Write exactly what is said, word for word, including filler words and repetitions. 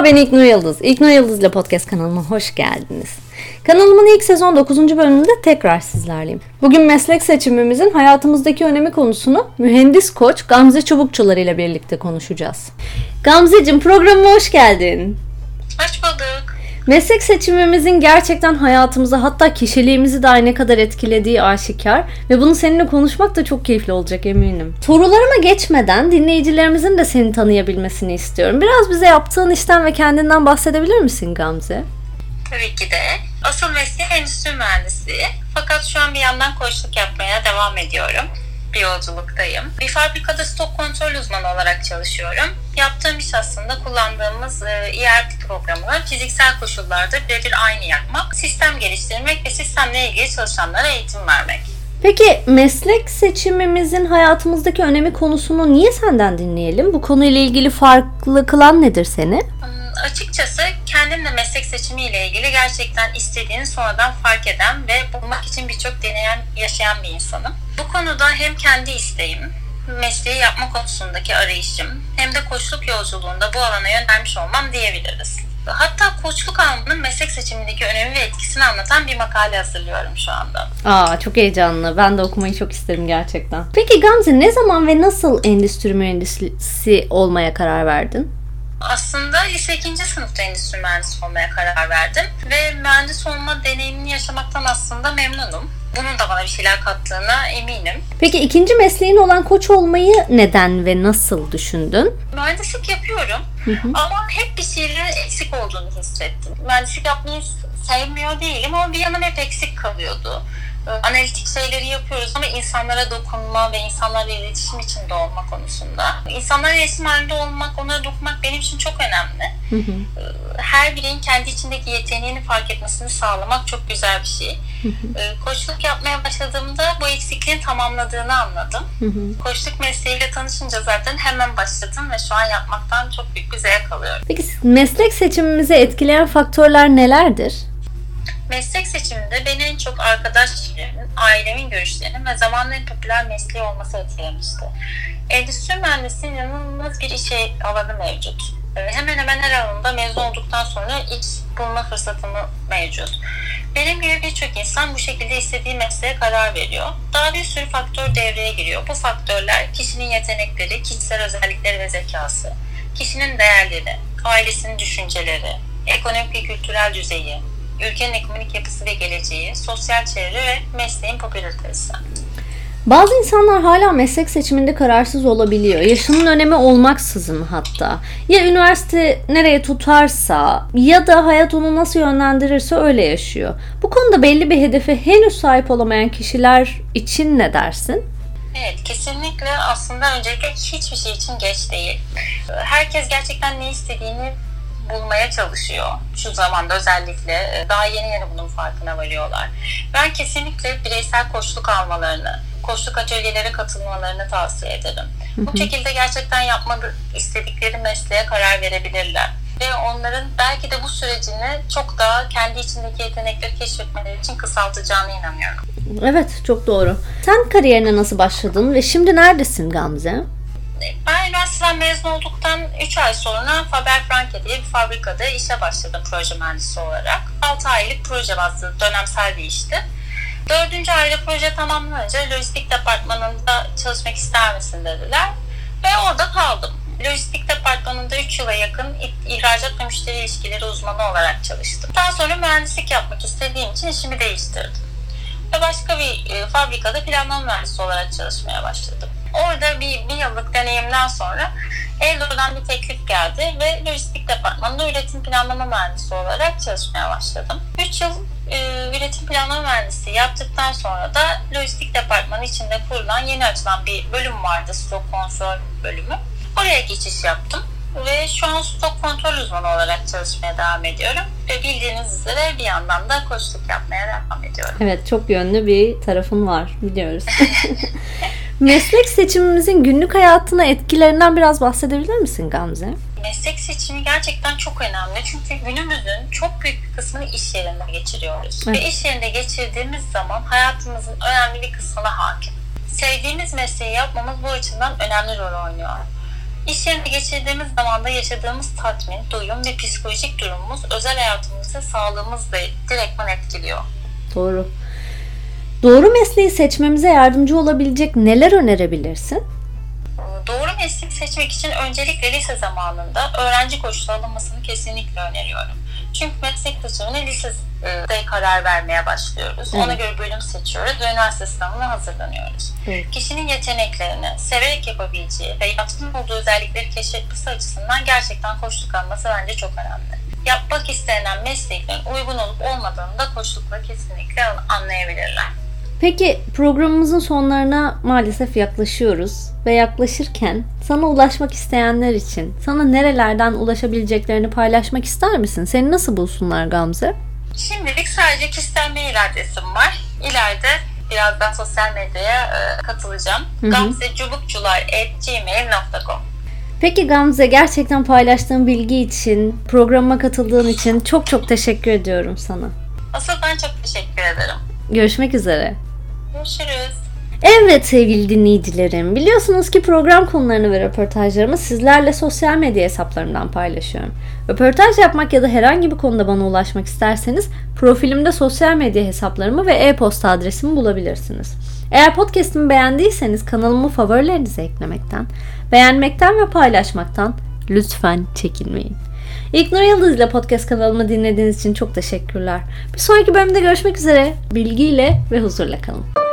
ben İlknur Yıldız. İlknur Yıldız'la podcast kanalıma hoş geldiniz. Kanalımın ilk sezon dokuzuncu bölümünde tekrar sizlerleyim. Bugün meslek seçimimizin hayatımızdaki önemi konusunu mühendis koç Gamze Çubukçular ile birlikte konuşacağız. Gamzeciğim, programıma hoş geldin. Hoş bulduk. Meslek seçimimizin gerçekten hayatımızı, hatta kişiliğimizi dahi ne kadar etkilediği aşikar ve bunu seninle konuşmak da çok keyifli olacak eminim. Sorularıma geçmeden dinleyicilerimizin de seni tanıyabilmesini istiyorum. Biraz bize yaptığın işten ve kendinden bahsedebilir misin Gamze? Tabii ki de. Asıl mesleğim endüstri mühendisliği. Fakat şu an bir yandan koçluk yapmaya devam ediyorum. Bir yolculuktayım. Bir fabrikada stok kontrol uzmanı olarak çalışıyorum. Yaptığım iş aslında kullandığımız E R P programını fiziksel koşullarda birebir aynı yapmak, sistem geliştirmek ve sistemle ilgili çalışanlara eğitim vermek. Peki meslek seçimimizin hayatımızdaki önemi konusunu niye senden dinleyelim? Bu konuyla ilgili farklı kılan nedir seni? Açıkçası kendimle meslek seçimiyle ilgili gerçekten istediğini sonradan fark eden ve bulmak için birçok deneyen, yaşayan bir insanım. Bu konuda hem kendi isteğim, mesleği yapma konusundaki arayışım hem de koçluk yolculuğunda bu alana yönelmiş olmam diyebiliriz. Hatta koçluk almanın meslek seçimindeki önemi ve etkisini anlatan bir makale hazırlıyorum şu anda. Aa, çok heyecanlı. Ben de okumayı çok isterim gerçekten. Peki Gamze, ne zaman ve nasıl endüstri mühendisi olmaya karar verdin? Aslında lise ikinci sınıfta endüstri mühendisi olmaya karar verdim ve mühendis olma deneyimini yaşamaktan aslında memnunum. Bunun da bana bir şeyler kattığına eminim. Peki ikinci mesleğin olan koç olmayı neden ve nasıl düşündün? Mühendislik yapıyorum hı hı. ama hep bir şeylerin eksik olduğunu hissettim. Mühendislik yapmayı sevmiyor değilim ama bir yanım hep eksik kalıyordu. Analitik şeyleri yapıyoruz ama insanlara dokunma ve insanlarla iletişim içinde olma konusunda. İnsanlarla iletişim halinde olmak, onlara dokunmak benim için çok önemli. Hı hı. Her bireyin kendi içindeki yeteneğini fark etmesini sağlamak çok güzel bir şey. Hı hı. Koçluk yapmaya başladığımda bu eksikliğin tamamladığını anladım. Hı hı. Koçluk mesleğiyle tanışınca zaten hemen başladım ve şu an yapmaktan çok büyük bir zevk alıyorum. Peki meslek seçimimizi etkileyen faktörler nelerdir? Meslek seçiminde beni en çok arkadaşlarımın, ailemin görüşlerinin ve zamanla en popüler mesleği olması etkilemişti. Endüstri mühendisliğinin inanılmaz bir iş alanı mevcut. Hemen hemen her alanında mezun olduktan sonra iş bulma fırsatımı mevcut. Benim gibi birçok insan bu şekilde istediği mesleğe karar veriyor. Daha bir sürü faktör devreye giriyor. Bu faktörler kişinin yetenekleri, kişisel özellikleri ve zekası, kişinin değerleri, ailesinin düşünceleri, ekonomik ve kültürel düzeyi, ülkenin ekonomik yapısı ve geleceği, sosyal çevre ve mesleğin popülaritesi. Bazı insanlar hala meslek seçiminde kararsız olabiliyor. Yaşının önemi olmaksızın hatta. Ya üniversite nereye tutarsa ya da hayat onu nasıl yönlendirirse öyle yaşıyor. Bu konuda belli bir hedefe henüz sahip olamayan kişiler için ne dersin? Evet, kesinlikle aslında öncelikle hiçbir şey için geç değil. Herkes gerçekten ne istediğini bulmaya çalışıyor. Şu zamanda özellikle daha yeni yeni bunun farkına varıyorlar. Ben kesinlikle bireysel koçluk almalarını, koçluk atölyelere katılmalarını tavsiye ederim. Hı hı. Bu şekilde gerçekten yapmak istedikleri mesleğe karar verebilirler. Ve onların belki de bu sürecini çok daha kendi içindeki yetenekleri keşfetmeleri için kısaltacağına inanıyorum. Evet, çok doğru. Sen kariyerine nasıl başladın ve şimdi neredesin Gamze? Ben üniversiteden mezun olduktan üç ay sonra Faber-Franke diye bir fabrikada işe başladım proje mühendisi olarak. altı aylık proje bazlı dönemsel bir işti. dördüncü ayda proje tamamlanınca lojistik departmanında çalışmak ister misin dediler ve orada kaldım. Lojistik departmanında üç yıla yakın ihracat ve müşteri ilişkileri uzmanı olarak çalıştım. Daha sonra mühendislik yapmak istediğim için işimi değiştirdim. Ve başka bir e, fabrikada planlama mühendisi olarak çalışmaya başladım. Orada bir, bir yıllık deneyimden sonra Eldo'dan bir teklif geldi ve lojistik departmanında üretim planlama mühendisi olarak çalışmaya başladım. üç yıl e, üretim planlama mühendisi yaptıktan sonra da lojistik departmanı içinde kurulan yeni açılan bir bölüm vardı, stok kontrol bölümü. Oraya geçiş yaptım ve şu an stok kontrol uzmanı olarak çalışmaya devam ediyorum. Ve bildiğiniz üzere bir yandan da koçluk yapmaya devam ediyorum. Evet, çok yönlü bir tarafın var, biliyoruz. Meslek seçimimizin günlük hayatına etkilerinden biraz bahsedebilir misin Gamze? Meslek seçimi gerçekten çok önemli. Çünkü günümüzün çok büyük bir kısmını iş yerinde geçiriyoruz. Evet. Ve iş yerinde geçirdiğimiz zaman hayatımızın önemli bir kısmına hakim. Sevdiğimiz mesleği yapmamız bu açıdan önemli rol oynuyor. İş yerinde geçirdiğimiz zamanda yaşadığımız tatmin, doyum ve psikolojik durumumuz özel hayatımızı, sağlığımızı da direktmen etkiliyor. Doğru. Doğru mesleği seçmemize yardımcı olabilecek neler önerebilirsin? Doğru mesleği seçmek için öncelikle lise zamanında öğrenci koşulu alınmasını kesinlikle öneriyorum. Çünkü meslek seçimine lisede karar vermeye başlıyoruz. Evet. Ona göre bölüm seçiyoruz ve üniversite sınavına hazırlanıyoruz. Evet. Kişinin yeteneklerini, severek yapabileceği ve yatkın olduğu özellikleri keşfetmesi açısından gerçekten koçluk alması bence çok önemli. Yapmak istenen mesleklerin uygun olup olmadığını da koçlukla kesinlikle anlayabilirler. Peki programımızın sonlarına maalesef yaklaşıyoruz ve yaklaşırken sana ulaşmak isteyenler için sana nerelerden ulaşabileceklerini paylaşmak ister misin? Seni nasıl bulsunlar Gamze? Şimdilik sadece kişisel mail adresim var. İleride birazdan sosyal medyaya e, katılacağım. gamzecubukcular at gmail nokta com. Peki Gamze, gerçekten paylaştığın bilgi için, programa katıldığın için çok çok teşekkür ediyorum sana. Asıl ben çok teşekkür ederim. Görüşmek üzere. Görüşürüz. Evet sevgili dinleyicilerim, biliyorsunuz ki program konularını ve röportajlarımı sizlerle sosyal medya hesaplarımdan paylaşıyorum. Röportaj yapmak ya da herhangi bir konuda bana ulaşmak isterseniz profilimde sosyal medya hesaplarımı ve e-posta adresimi bulabilirsiniz. Eğer podcast'imi beğendiyseniz kanalımı favorilerinize eklemekten, beğenmekten ve paylaşmaktan lütfen çekinmeyin. İlknur Yıldız ile podcast kanalımı dinlediğiniz için çok teşekkürler. Bir sonraki bölümde görüşmek üzere. Bilgiyle ve huzurla kalın.